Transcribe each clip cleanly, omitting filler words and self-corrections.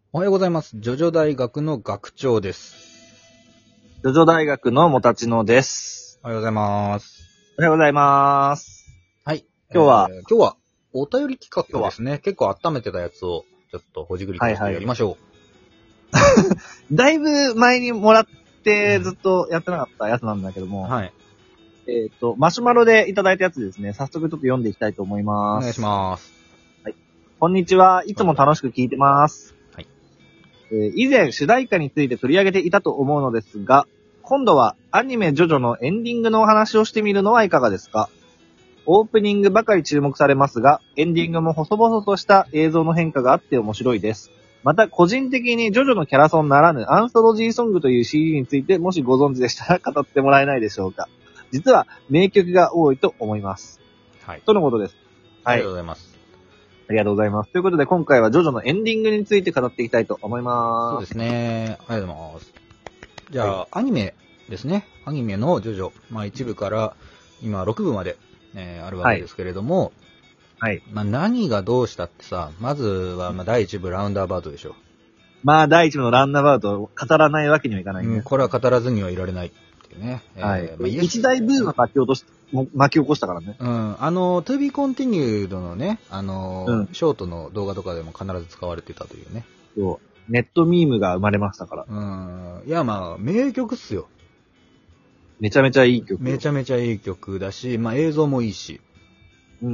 おはようございます。ジョジョ大学の学長です。 ジョジョ大学のもたちのです。 おはようございます。 おはようございます。 はい。 今日はお便り企画ですね。結構温めてたやつをちょっとほじくり返してやりましょう。だいぶ前にもらってずっとやってなかったやつなんだけども。 はい。 マシュマロでいただいたやつですね。早速ちょっと読んでいきたいと思います。 お願いします。 はい。こんにちは。いつも楽しく聞いてます。 はい。 以前主題歌について取り上げていたと思うのですが、今度はアニメジョジョのエンディングのお話をしてみるのはいかがですか？オープニングばかり注目されますが、エンディングも細々とした映像の変化があって面白いです。また、個人的にジョジョのキャラソンならぬアンソロジーソングという CD についてもしご存知でしたら語ってもらえないでしょうか。実は名曲が多いと思います。 はい。 とのことです。 はい。ありがとうございます。 ありがとうございます。ということで今回はジョジョのエンディングについて語っていきたいと思います。 そうですね。ありがとうございます。じゃあ、はい、アニメですね。アニメのジョジョ。まあ一部から今6部まで、あるわけですけれども、 はい。 まあ何がどうしたってさ、まずはまあ第1部ラウンドアバウトでしょ。 まあ第1部のラウンドアバウトを語らないわけにはいかないね。 これは語らずにはいられないっていうね。 はい。まあ、一大ブームを巻き起こしたからね。 うん。To be continued のね、ショートの動画とかでも必ず使われてたというね。 そう。ネットミームが生まれましたから。 いや、まあ、名曲っすよ。 めちゃめちゃいい曲。 めちゃめちゃいい曲だし、まあ映像もいいし。 うんうん。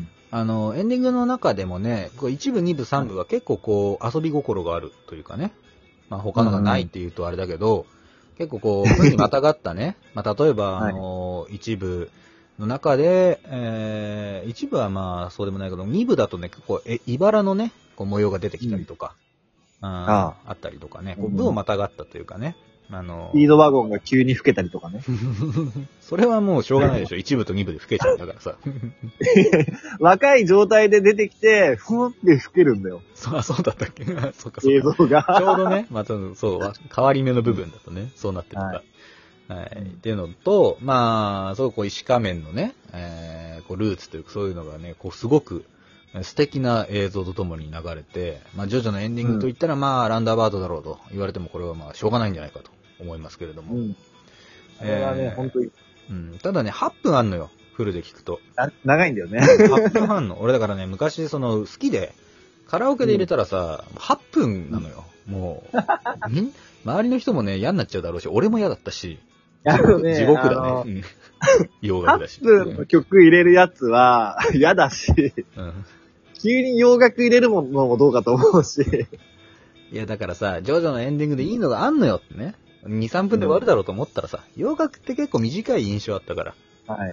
エンディングの中でもね、1部、2部、3部は結構こう、遊び心があるというかね。まあ他のがないっていうとあれだけど、結構こう、分にまたがったね。まあ例えば、1部の中で、1部はまあそうでもないけど、2部だとね、結構、茨のね、こう模様が出てきたりとか、あったりとかね、こう部をまたがったというかね。 スピードワゴンが急に老けたりとかね。 それはもうしょうがないでしょ。1部と2部で老けちゃうんだからさ。 若い状態で出てきて、ふーって老けるんだよ。 そうだったっけそっかそっか。 映像が。 ちょうどね、またそう、変わり目の部分だとね、そうなってるんだ。はい。っていうのと、まあ、そうこう石仮面のね、こうルーツというかそういうのがね、こうすごく素敵な映像とともに流れて、まあ、ジョジョのエンディングといったら、まあ、ランダーバードだろうと言われても、これはまあ、しょうがないんじゃないかと思いますけれども。 これはね、本当に。 ただね、8分あんのよ、フルで聞くと。 長いんだよね。 8分半の。俺だからね、昔、好きで、カラオケで入れたらさ、8分なのよ。もう、周りの人もね、嫌になっちゃうだろうし、俺も嫌だったし、地獄だね。洋楽だし。 8分の曲入れるやつは嫌だし、急に洋楽入れるのもどうかと思うし。 いや、だからさ、ジョジョのエンディングでいいのがあんのよってね。2、3分で終わるだろうと思ったらさ、洋楽って結構短い印象あったから。 はい。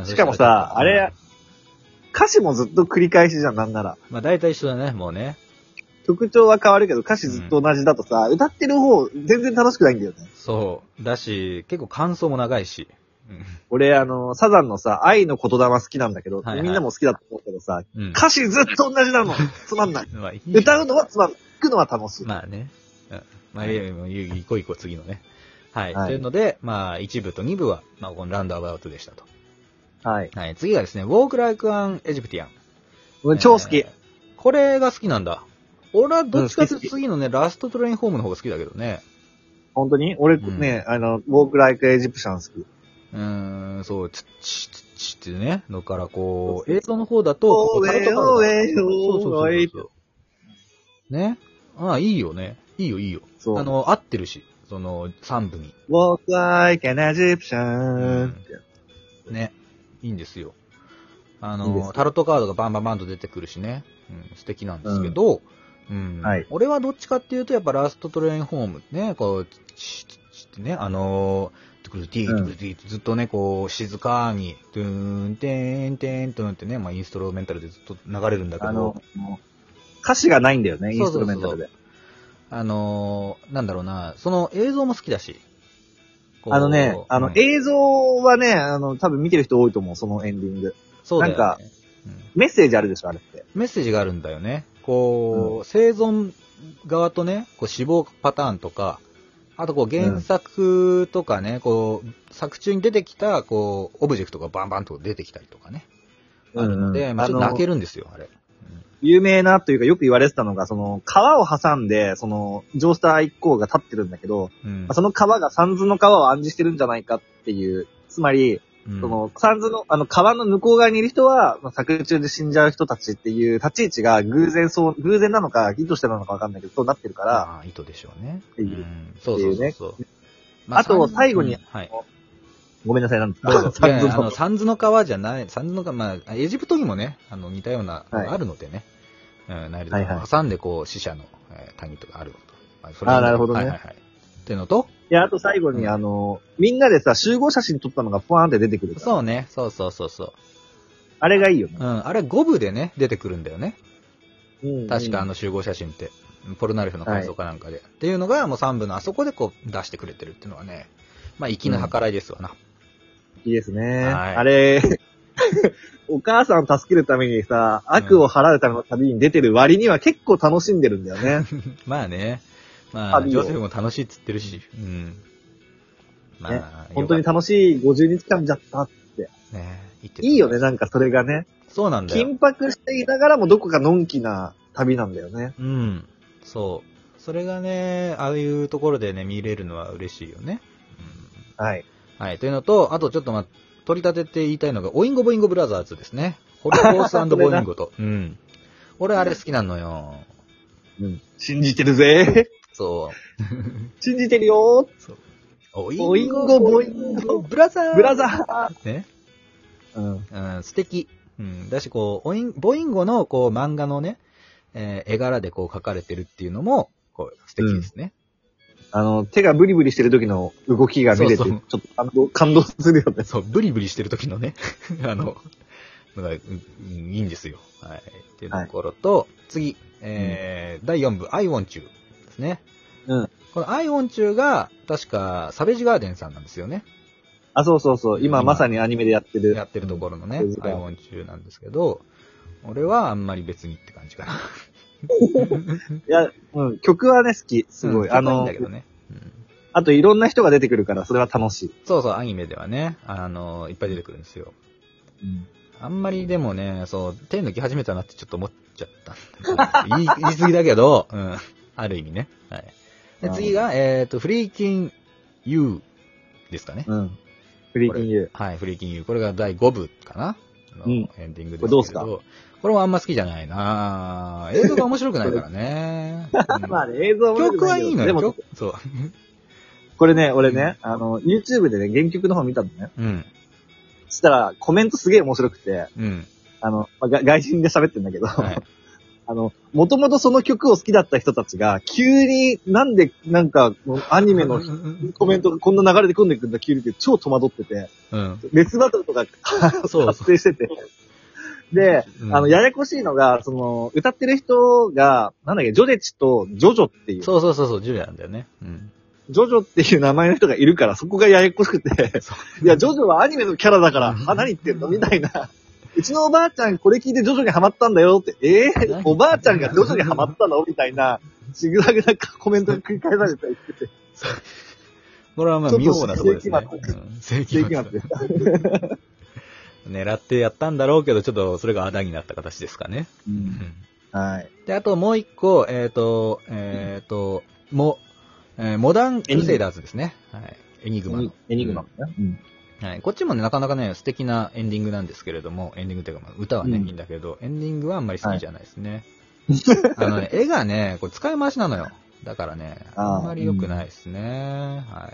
しかもさ、あれ、歌詞もずっと繰り返しじゃん、なんなら。 まあ大体一緒だね、もうね。 曲調は変わるけど、歌詞ずっと同じだとさ、歌ってる方、全然楽しくないんだよね。 そう。だし、結構感想も長いし。 俺、サザンのさ、愛の言霊好きなんだけど、みんなも好きだと思うけどさ、歌詞ずっと同じなの。つまんない。歌うのはつまんない。聴くのは楽しい。 まあね。まあ、行こう次のね。はい。というので、まあ、1部と2部は、まあ、このランドアバウトでしたと。はい。はい。次がですね、Walk Like an Egyptian。 超好き。 これが好きなんだ。俺はどっちかというと次のね、ラストトレインホームの方が好きだけどね。 本当に俺ね、Walk Like an Egyptian 好き。 そう、つっちってね。だからこう、映像の方だと、ね。いいよね。いいよ。合ってるし、3部に。 Walk like an Egyptian、 ね。いいんですよ。タロットカードがバンバンバンと出てくるしね。素敵なんですけど、俺はどっちかっていうと、やっぱラストトレインホームね、こう、ってね、ずっとね、こう、静かに、トゥーン、テン、テン、トゥーンってね、まあ、インストロメンタルでずっと流れるんだけど。 歌詞がないんだよね、インストロメンタルで。 なんだろうな、その映像も好きだし。 映像はね、多分見てる人多いと思う、そのエンディング。 そうだよね。 なんか、メッセージあるでしょ、あれって。 メッセージがあるんだよね。こう、生存側とね、こう死亡パターンとか、あとこう原作とかね、こう、作中に出てきた、オブジェクトがバンバンと出てきたりとかね。あるので、まあちょっと泣けるんですよ、あれ。 有名なというかよく言われてたのが、その、川を挟んで、その、ジョースター一行が立ってるんだけど、 うん。 その川がサンズの川を暗示してるんじゃないかっていう、つまり、 うん、 その、サンズの、川の向こう側にいる人は、作中で死んじゃう人たちっていう立ち位置が偶然なのか、意図してなのかわかんないけど、そうなってるから、 ああ、意図でしょうね。 っていうそうそうそうそう。 あと、最後に、 はい。 ごめんなさい、なんですかどうぞ。 サンズのサンズの川じゃない、サンズの川、まあ、エジプトにもね、似たようなのがあるのでね。ナイル川を挟んで、こう、死者の、谷とかあると。まあ、それなるほどね。 はいはいはい。っていうのと、 いや、あと最後に、みんなでさ、集合写真撮ったのがポワーンって出てくるから。 そうね。そうそうそうそう。 あれがいいよね。 あれ5部でね、出てくるんだよね。 うん。 確か集合写真って。ポルナレフの回想かなんかで。っていうのが、もう3部のあそこでこう出してくれてるっていうのはね、まあ、粋な計らいですわな。 いいですね。 はい、 あれ、お母さんを助けるためにさ、悪を払うための旅に出てる割には結構楽しんでるんだよね。 まあね。まあ、ジョセフも楽しいっつってるし。うん。 まあ、ね、本当に楽しい50日間じゃったって。 ね、 いいよね、なんかそれがね。 そうなんだよ。 緊迫していながらもどこかのんきな旅なんだよね。 うん。そう。それがね、ああいうところでね、見れるのは嬉しいよね。 うん、はい。 はい。というのと、あとちょっと取り立てて言いたいのが、オインゴボインゴブラザーズですね。ホリコース&ボインゴと。うん。俺あれ好きなのよ。 うん。信じてるぜ。 そう。 信じてるよー。そう。 オインゴボインゴブラザー。 ブラザー。ね。 うん。 素敵。うん。だし、こう、ボインゴの、こう、漫画のね、絵柄でこう描かれてるっていうのも、こう、素敵ですね。 手がブリブリしてる時の動きが見れて、ちょっと感動するよね。 そう、ブリブリしてる時のね、いいんですよ。はい。っていうところと、はい、次、第4部、I Want You ですね。 うん。 この I Want You が、確か、サベージガーデンさんなんですよね。 あ、そうそうそう。今まさにアニメでやってるところのね、I Want You なんですけど、俺はあんまり別にって感じかな。 いや、うん、曲はね、好き。すごい。 曲はいいんだけどね。 あといろんな人が出てくるから、それは楽しい。 そうそう、アニメではね、いっぱい出てくるんですよ。うん。あんまりでもね、そう、手抜き始めたなってちょっと思っちゃった言い過ぎだけど、うん。ある意味ね。はい。で、次が、フリーキン U ですかね。 うん。フリーキン U。 はい、フリーキン U。これが第5部かなうん。 エンディングですけど。 これどうすか？ これもあんま好きじゃないな映像が面白くないからね。 まあね、映像は面白くない。 曲はいいのよ。でも、そう。 これね、俺ね、YouTube でね、原曲の方見たのね。 うん。 そしたら、コメントすげえ面白くて、 うん。 外人で喋ってんだけど、 はい、 もともとその曲を好きだった人たちが、急になんで、なんか、アニメのコメントがこんな流れで組んでくるんだ、急にって超戸惑ってて、 うん。 レスバトルとか発生してて、で、ややこしいのが、歌ってる人が、なんだっけ、ジョデチとジョジョっていう。 そう、ジョジョなんだよね。うん。 ジョジョっていう名前の人がいるから、そこがややこしくて、いや、ジョジョはアニメのキャラだから、何言ってんのみたいな。うちのおばあちゃんこれ聞いてジョジョにハマったんだよって、おばあちゃんがジョジョにハマったのみたいな、しぐらぐなコメントが繰り返されたりしてて。 これはまあ妙なところですね。 世紀末です。 狙ってやったんだろうけど、ちょっとそれがあだになった形ですかね。 うん。はい。 で、あともう一個、モダンクセイダーズですね。はい。エニグマの。 エニグマね。 うん。はい。こっちもね、なかなかね、素敵なエンディングなんですけれども、エンディングっていうか、まあ、歌はね、いいんだけど、エンディングはあんまり好きじゃないですね。絵がね、これ使い回しなのよ。だからね、あんまり良くないですね。はい。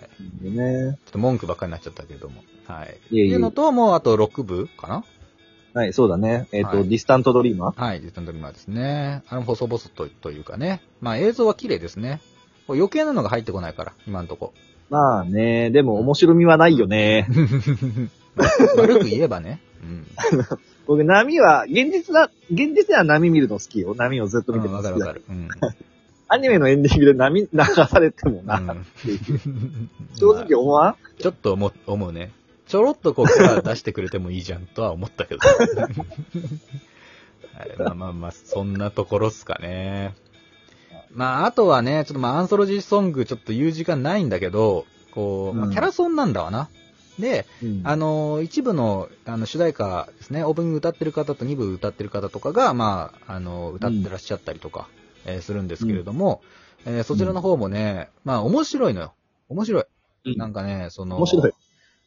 でね。 ちょっと文句ばっかりになっちゃったけれども。はい。 っていうのと、もうあと6部かな？ はい、そうだね。ディスタントドリーマー？ はい、ディスタントドリーマーですね。細々というかね。まあ映像は綺麗ですね。余計なのが入ってこないから、今んとこ。 まあね、でも面白みはないよね。 悪く言えばね。うん。 僕、波は、現実では波見るの好きよ。波をずっと見てます。 わかる。うん。 アニメのエンディングで波流されてもな、っていう。正直思わん？ ちょっと思うね。ちょろっとこうから出してくれてもいいじゃんとは思ったけど。まあ、そんなところっすかね。まあ、あとはね、ちょっとアンソロジーソングちょっと言う時間ないんだけど、こう、キャラソンなんだわな。 で、一部の、主題歌ですね、オープニング歌ってる方と2部歌ってる方とかが、まあ、歌ってらっしゃったりとか、するんですけれども、そちらの方もね、まあ、面白いのよ。面白い。なんかね、 面白い。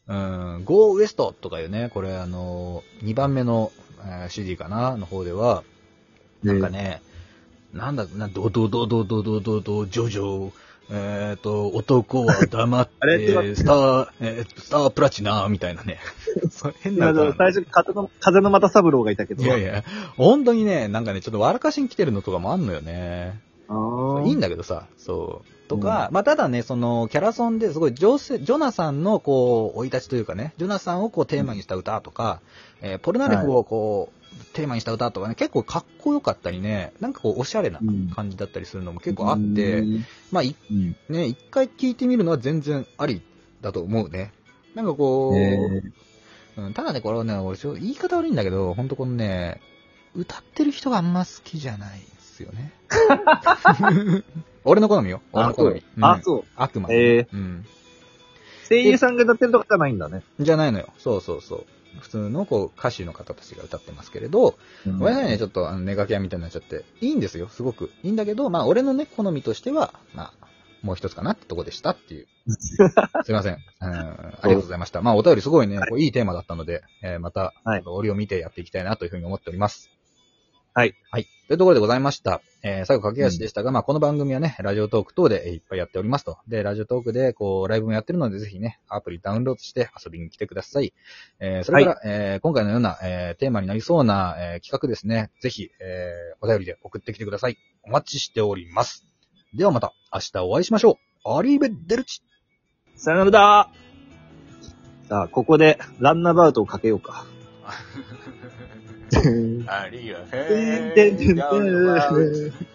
Go West とかいうね、これ2番目の、CD かな、の方では、なんかね、なんだ、ドドドドドドドド、ジョジョ、男は黙ってスタープラチナ、みたいなね。変な歌。 最初、風の又三郎がいたけど。 いやいや、本当にね、なんかね、ちょっと笑かしに来てるのとかもあんのよね。いいんだけどさ、そう。とか、まあ、ただね、その、キャラソンですごいジョナサンの、こう、生い立ちというかね、ジョナサンをこう、テーマにした歌とか、ポルナレフをこう、テーマにした歌とかね、結構かっこよかったりね、なんかこう、おしゃれな感じだったりするのも結構あって、まあ、ね、一回聴いてみるのは全然ありだと思うね。なんかこう、ただね、これはね、俺、言い方悪いんだけど、ほんとこのね、歌ってる人があんま好きじゃないですよね。俺の好みよ。俺の好み。 そう。 あくまで。 声優さんが歌ってるとかじゃないんだね。 じゃないのよ。そうそうそう。普通のこう歌手の方たちが歌ってますけれど、ごめんなさいね、ちょっとネガキャンみたいになっちゃって。いいんですよ、すごく。いいんだけど、まあ俺のね、好みとしては、まあ、もう一つかなってとこでしたっていう。すいません。ありがとうございました。まあお便りすごいね、こういいテーマだったので、また、折を見てやっていきたいなというふうに思っております。 はい。 はい。というところでございました。最後駆け足でしたが、まあ、この番組はね、ラジオトーク等でいっぱいやっておりますと。で、ラジオトークで、こう、ライブもやってるので、ぜひね、アプリダウンロードして遊びに来てください。それから、今回のような、テーマになりそうな、企画ですね、ぜひ、お便りで送ってきてください。お待ちしております。ではまた、明日お会いしましょう。アリーベデルチ。 さよなら。さあ、ここで、ランナバウトをかけようか。 ありがとう。